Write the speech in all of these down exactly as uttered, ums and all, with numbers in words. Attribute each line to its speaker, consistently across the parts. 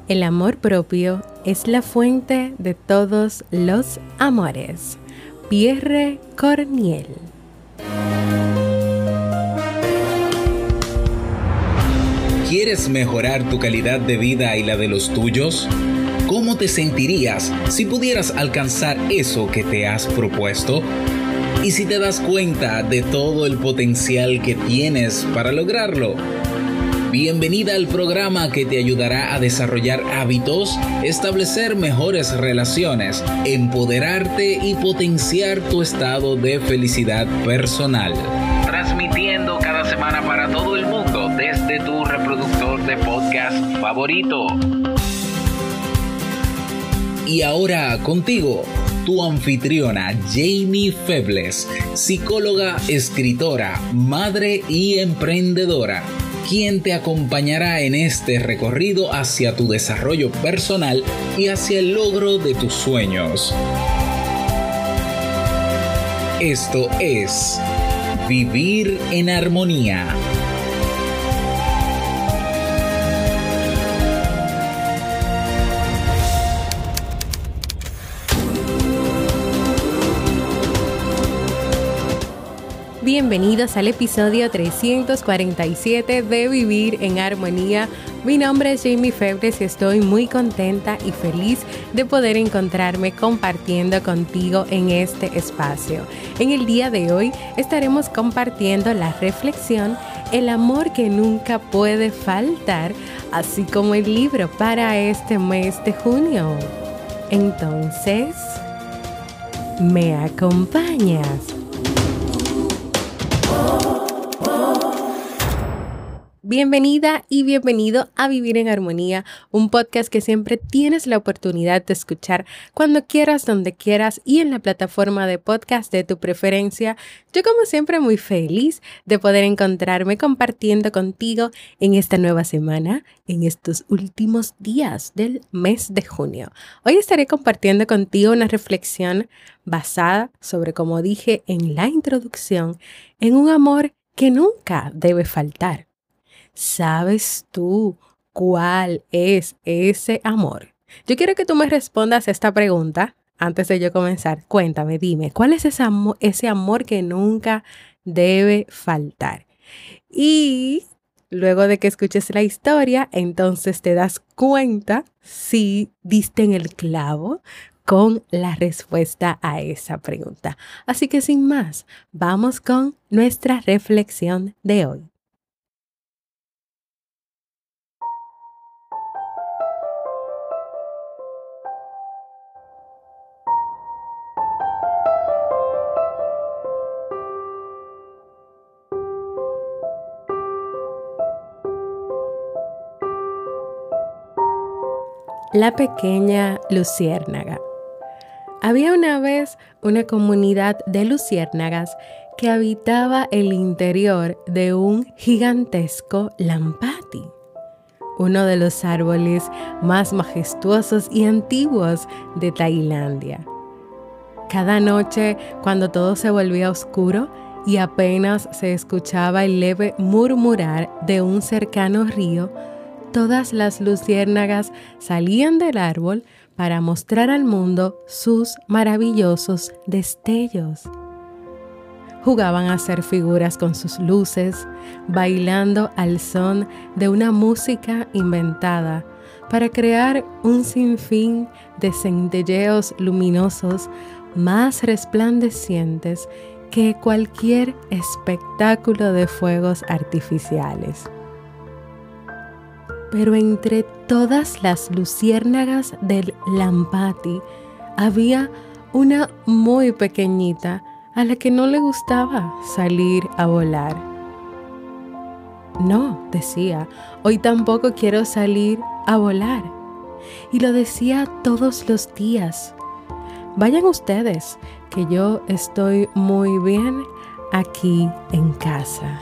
Speaker 1: El amor propio es la fuente de todos los amores. Pierre Corneille.
Speaker 2: ¿Quieres mejorar tu calidad de vida y la de los tuyos? ¿Cómo te sentirías si pudieras alcanzar eso que te has propuesto? ¿Y si te das cuenta de todo el potencial que tienes para lograrlo? Bienvenida al programa que te ayudará a desarrollar hábitos, establecer mejores relaciones, empoderarte y potenciar tu estado de felicidad personal. Transmitiendo cada semana para todo el mundo desde tu reproductor de podcast favorito. Y ahora contigo, tu anfitriona Jamie Febles, psicóloga, escritora, madre y emprendedora, quien te acompañará en este recorrido hacia tu desarrollo personal y hacia el logro de tus sueños. Esto es Vivir en Armonía.
Speaker 1: Bienvenidos al episodio trescientos cuarenta y siete de Vivir en Armonía. Mi nombre es Jamie Febles y estoy muy contenta y feliz de poder encontrarme compartiendo contigo en este espacio. En el día de hoy estaremos compartiendo la reflexión El amor que nunca puede faltar, así como el libro para este mes de junio. Entonces, ¿me acompañas? Bienvenida y bienvenido a Vivir en Armonía, un podcast que siempre tienes la oportunidad de escuchar cuando quieras, donde quieras y en la plataforma de podcast de tu preferencia. Yo como siempre muy feliz de poder encontrarme compartiendo contigo en esta nueva semana, en estos últimos días del mes de junio. Hoy estaré compartiendo contigo una reflexión basada sobre, como dije en la introducción, en un amor que nunca debe faltar. ¿Sabes tú cuál es ese amor? Yo quiero que tú me respondas esta pregunta antes de yo comenzar. Cuéntame, dime, ¿cuál es ese amor, ese amor que nunca debe faltar? Y luego de que escuches la historia, entonces te das cuenta si diste en el clavo con la respuesta a esa pregunta. Así que sin más, vamos con nuestra reflexión de hoy. La pequeña luciérnaga. Había una vez una comunidad de luciérnagas que habitaba el interior de un gigantesco lampati, uno de los árboles más majestuosos y antiguos de Tailandia. Cada noche, cuando todo se volvía oscuro y apenas se escuchaba el leve murmurar de un cercano río, todas las luciérnagas salían del árbol para mostrar al mundo sus maravillosos destellos. Jugaban a hacer figuras con sus luces, bailando al son de una música inventada para crear un sinfín de centelleos luminosos más resplandecientes que cualquier espectáculo de fuegos artificiales. Pero entre todas las luciérnagas del lampati había una muy pequeñita a la que no le gustaba salir a volar. No, decía, hoy tampoco quiero salir a volar. Y lo decía todos los días. Vayan ustedes, que yo estoy muy bien aquí en casa.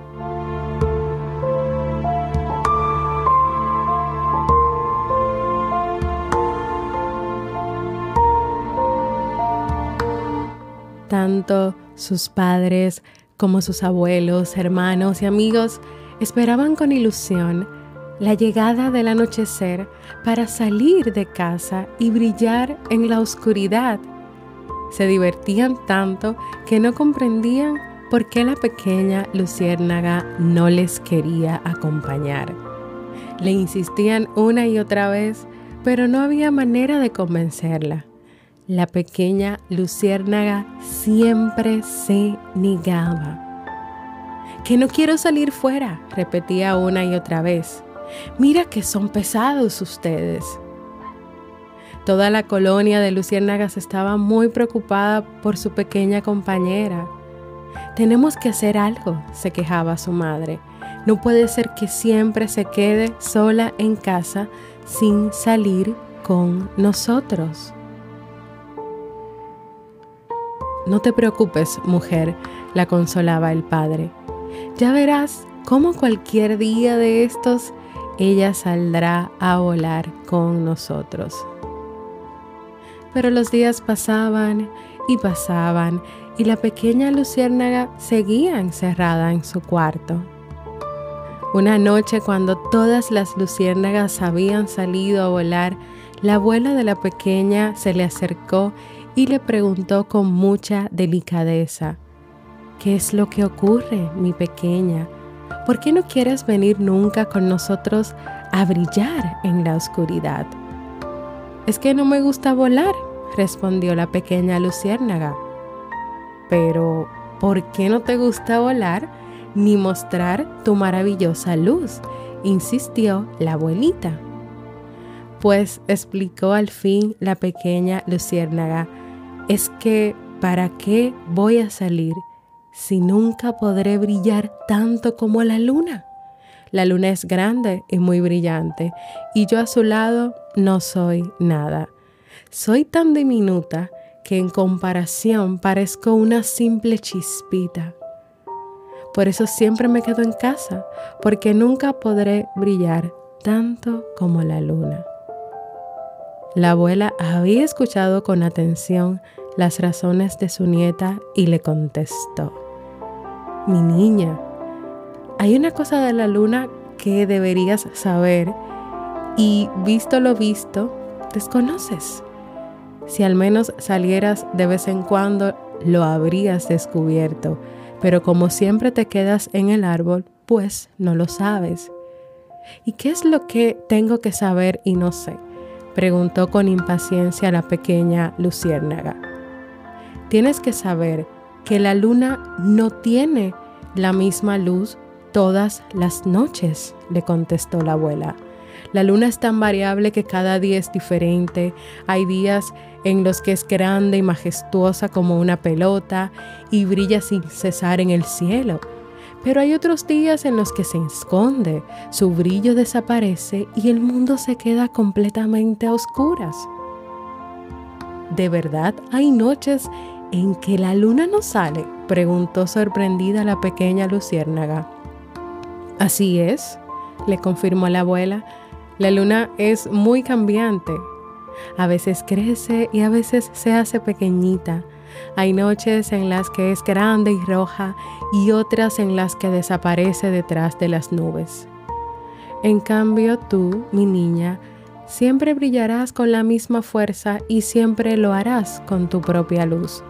Speaker 1: Tanto sus padres como sus abuelos, hermanos y amigos esperaban con ilusión la llegada del anochecer para salir de casa y brillar en la oscuridad. Se divertían tanto que no comprendían por qué la pequeña luciérnaga no les quería acompañar. Le insistían una y otra vez, pero no había manera de convencerla. La pequeña luciérnaga siempre se negaba. «Que no quiero salir fuera», repetía una y otra vez. «Mira que son pesados ustedes». Toda la colonia de luciérnagas estaba muy preocupada por su pequeña compañera. «Tenemos que hacer algo», se quejaba su madre. «No puede ser que siempre se quede sola en casa sin salir con nosotros». «No te preocupes, mujer», la consolaba el padre. «Ya verás cómo cualquier día de estos ella saldrá a volar con nosotros». Pero los días pasaban y pasaban y la pequeña luciérnaga seguía encerrada en su cuarto. Una noche, cuando todas las luciérnagas habían salido a volar, la abuela de la pequeña se le acercó y le preguntó con mucha delicadeza: «¿Qué es lo que ocurre, mi pequeña? ¿Por qué no quieres venir nunca con nosotros a brillar en la oscuridad?» «Es que no me gusta volar», respondió la pequeña luciérnaga. «Pero, ¿por qué no te gusta volar ni mostrar tu maravillosa luz?», insistió la abuelita. «Pues», explicó al fin la pequeña luciérnaga, «es que ¿para qué voy a salir si nunca podré brillar tanto como la luna? La luna es grande y muy brillante, y yo a su lado no soy nada. Soy tan diminuta que en comparación parezco una simple chispita. Por eso siempre me quedo en casa, porque nunca podré brillar tanto como la luna». La abuela había escuchado con atención las razones de su nieta y le contestó: «Mi niña, hay una cosa de la luna que deberías saber y, visto lo visto, desconoces. Si al menos salieras de vez en cuando, lo habrías descubierto, pero como siempre te quedas en el árbol, pues no lo sabes». «¿Y qué es lo que tengo que saber y no sé?», preguntó con impaciencia la pequeña luciérnaga. «Tienes que saber que la luna no tiene la misma luz todas las noches», le contestó la abuela. «La luna es tan variable que cada día es diferente. Hay días en los que es grande y majestuosa como una pelota y brilla sin cesar en el cielo. Pero hay otros días en los que se esconde, su brillo desaparece y el mundo se queda completamente a oscuras». «¿De verdad hay noches en que la luna no sale?», preguntó sorprendida la pequeña luciérnaga. «Así es», le confirmó la abuela. «La luna es muy cambiante. A veces crece y a veces se hace pequeñita. Hay noches en las que es grande y roja y otras en las que desaparece detrás de las nubes. En cambio tú, mi niña, siempre brillarás con la misma fuerza y siempre lo harás con tu propia luz».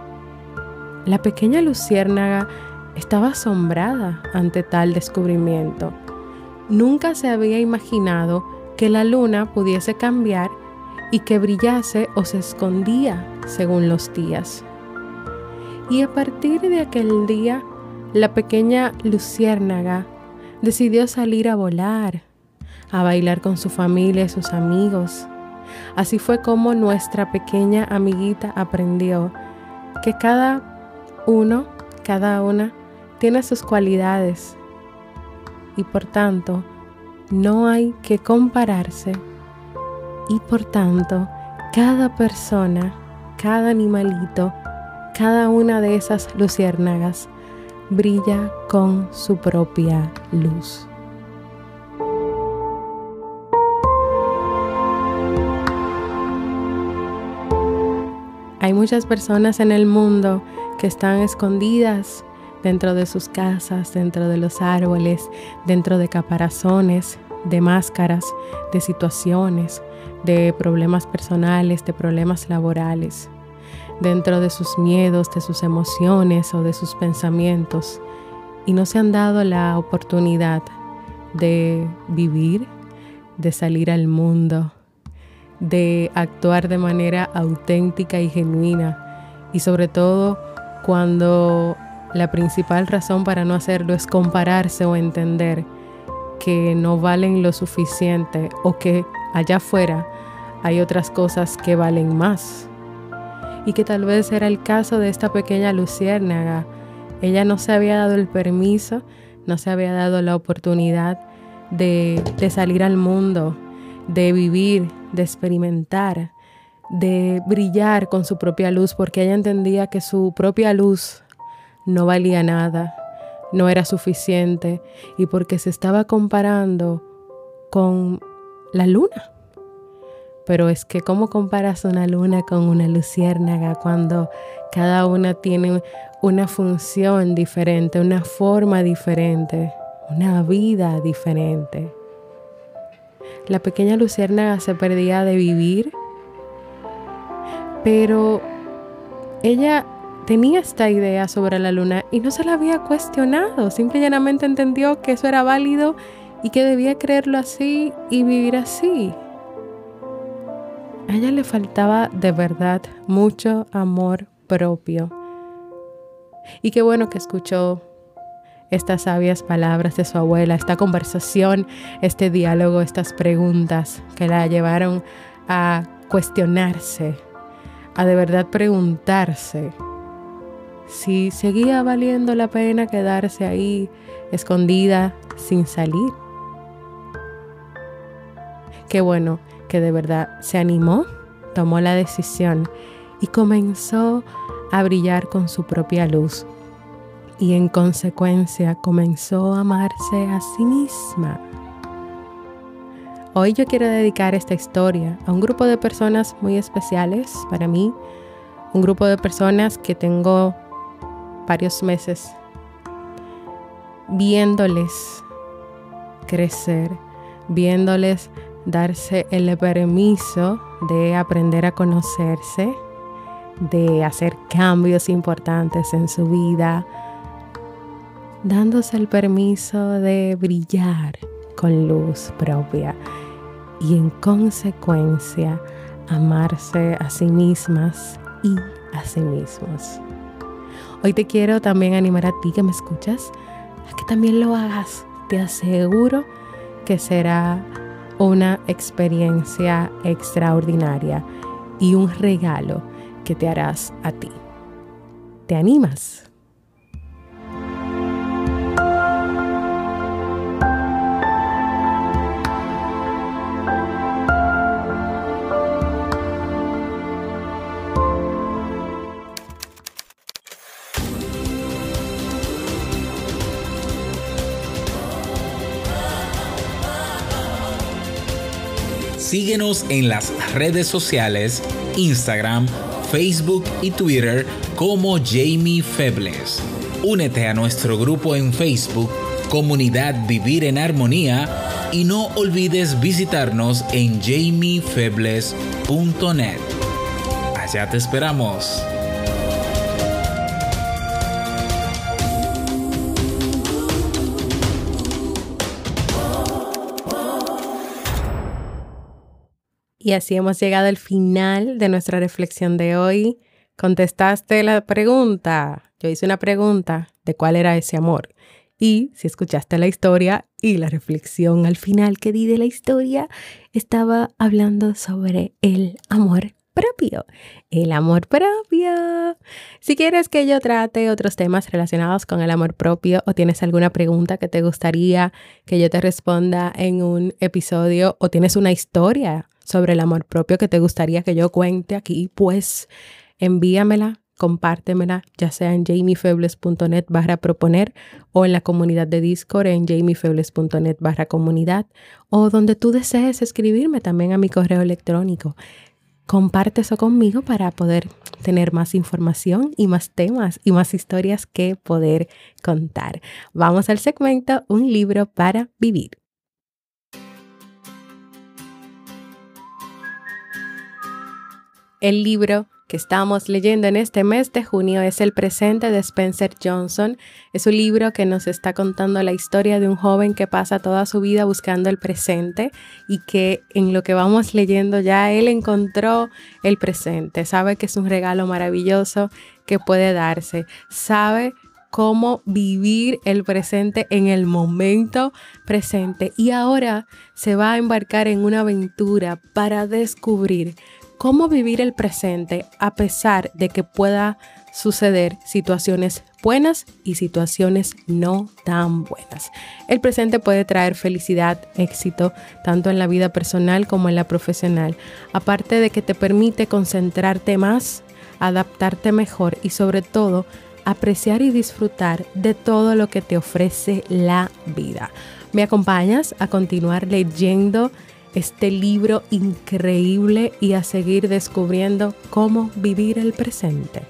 Speaker 1: La pequeña luciérnaga estaba asombrada ante tal descubrimiento. Nunca se había imaginado que la luna pudiese cambiar y que brillase o se escondía según los días. Y a partir de aquel día, la pequeña luciérnaga decidió salir a volar, a bailar con su familia y sus amigos. Así fue como nuestra pequeña amiguita aprendió que cada uno, cada una, tiene sus cualidades y por tanto no hay que compararse, y por tanto cada persona, cada animalito, cada una de esas luciérnagas brilla con su propia luz. Hay muchas personas en el mundo que están escondidas dentro de sus casas, dentro de los árboles, dentro de caparazones, de máscaras, de situaciones, de problemas personales, de problemas laborales, dentro de sus miedos, de sus emociones o de sus pensamientos, y no se han dado la oportunidad de vivir, de salir al mundo, de actuar de manera auténtica y genuina, y sobre todo cuando la principal razón para no hacerlo es compararse o entender que no valen lo suficiente o que allá afuera hay otras cosas que valen más. Y que tal vez era el caso de esta pequeña luciérnaga. Ella no se había dado el permiso, no se había dado la oportunidad de, de salir al mundo, de vivir, de experimentar, de brillar con su propia luz, porque ella entendía que su propia luz no valía nada, no era suficiente, y porque se estaba comparando con la luna. Pero es que ¿cómo comparas una luna con una luciérnaga cuando cada una tiene una función diferente, una forma diferente, una vida diferente? La pequeña luciérnaga se perdía de vivir, pero ella tenía esta idea sobre la luna y no se la había cuestionado. Simple y llanamente entendió que eso era válido y que debía creerlo así y vivir así. A ella le faltaba de verdad mucho amor propio. Y qué bueno que escuchó estas sabias palabras de su abuela, esta conversación, este diálogo, estas preguntas que la llevaron a cuestionarse, a de verdad preguntarse si seguía valiendo la pena quedarse ahí escondida sin salir. Qué bueno que de verdad se animó, tomó la decisión y comenzó a brillar con su propia luz. Y en consecuencia comenzó a amarse a sí misma. Hoy yo quiero dedicar esta historia a un grupo de personas muy especiales para mí, un grupo de personas que tengo varios meses viéndoles crecer, viéndoles darse el permiso de aprender a conocerse, de hacer cambios importantes en su vida, dándose el permiso de brillar con luz propia y en consecuencia amarse a sí mismas y a sí mismos. Hoy te quiero también animar a ti que me escuchas a que también lo hagas. Te aseguro que será una experiencia extraordinaria y un regalo que te harás a ti. ¿Te animas?
Speaker 2: Síguenos en las redes sociales, Instagram, Facebook y Twitter como Jamie Febles. Únete a nuestro grupo en Facebook, Comunidad Vivir en Armonía, y no olvides visitarnos en jamie febles punto net. Allá te esperamos.
Speaker 1: Y así hemos llegado al final de nuestra reflexión de hoy. Contestaste la pregunta. Yo hice una pregunta de cuál era ese amor. Y si escuchaste la historia y la reflexión al final que di de la historia, estaba hablando sobre el amor propio. El amor propio. Si quieres que yo trate otros temas relacionados con el amor propio o tienes alguna pregunta que te gustaría que yo te responda en un episodio o tienes una historia sobre el amor propio que te gustaría que yo cuente aquí, pues envíamela, compártemela, ya sea en jamie febles punto net barra proponer o en la comunidad de Discord en jamie febles punto net barra comunidad o donde tú desees escribirme también a mi correo electrónico. Comparte eso conmigo para poder tener más información y más temas y más historias que poder contar. Vamos al segmento Un libro para vivir. El libro que estamos leyendo en este mes de junio es El presente de Spencer Johnson. Es un libro que nos está contando la historia de un joven que pasa toda su vida buscando el presente y que en lo que vamos leyendo ya él encontró el presente. Sabe que es un regalo maravilloso que puede darse. Sabe cómo vivir el presente en el momento presente y ahora se va a embarcar en una aventura para descubrir cómo vivir el presente a pesar de que pueda suceder situaciones buenas y situaciones no tan buenas. El presente puede traer felicidad, éxito, tanto en la vida personal como en la profesional, aparte de que te permite concentrarte más, adaptarte mejor y sobre todo apreciar y disfrutar de todo lo que te ofrece la vida. ¿Me acompañas a continuar leyendo este libro increíble y a seguir descubriendo cómo vivir el presente?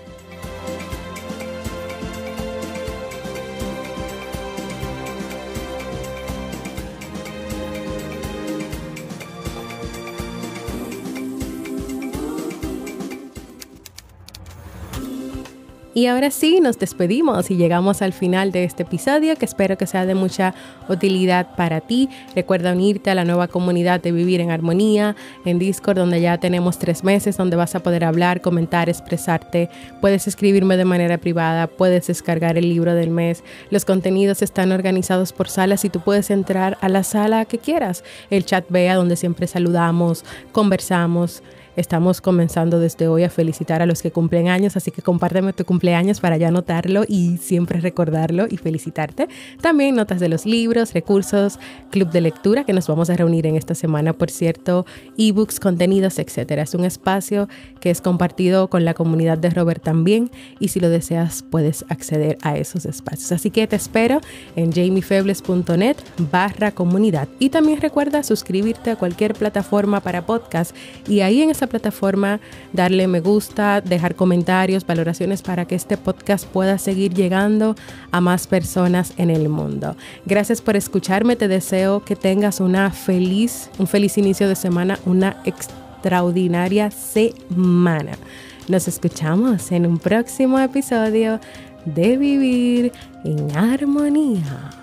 Speaker 1: Y ahora sí, nos despedimos y llegamos al final de este episodio que espero que sea de mucha utilidad para ti. Recuerda unirte a la nueva comunidad de Vivir en Armonía en Discord, donde ya tenemos tres meses, donde vas a poder hablar, comentar, expresarte. Puedes escribirme de manera privada, puedes descargar el libro del mes. Los contenidos están organizados por salas y tú puedes entrar a la sala que quieras. El chat Bea, donde siempre saludamos, conversamos. Estamos comenzando desde hoy a felicitar a los que cumplen años, así que compárteme tu cumpleaños para ya anotarlo y siempre recordarlo y felicitarte. También notas de los libros, recursos, club de lectura que nos vamos a reunir en esta semana, por cierto, ebooks, contenidos, etcétera. Es un espacio que es compartido con la comunidad de Robert también y si lo deseas puedes acceder a esos espacios. Así que te espero en jamiefebles.net barra comunidad y también recuerda suscribirte a cualquier plataforma para podcast y ahí en esa plataforma darle me gusta, dejar comentarios, valoraciones para que este podcast pueda seguir llegando a más personas en el mundo. Gracias por escucharme, te deseo que tengas una feliz, un feliz inicio de semana, una extraordinaria semana. Nos escuchamos en un próximo episodio de Vivir en Armonía.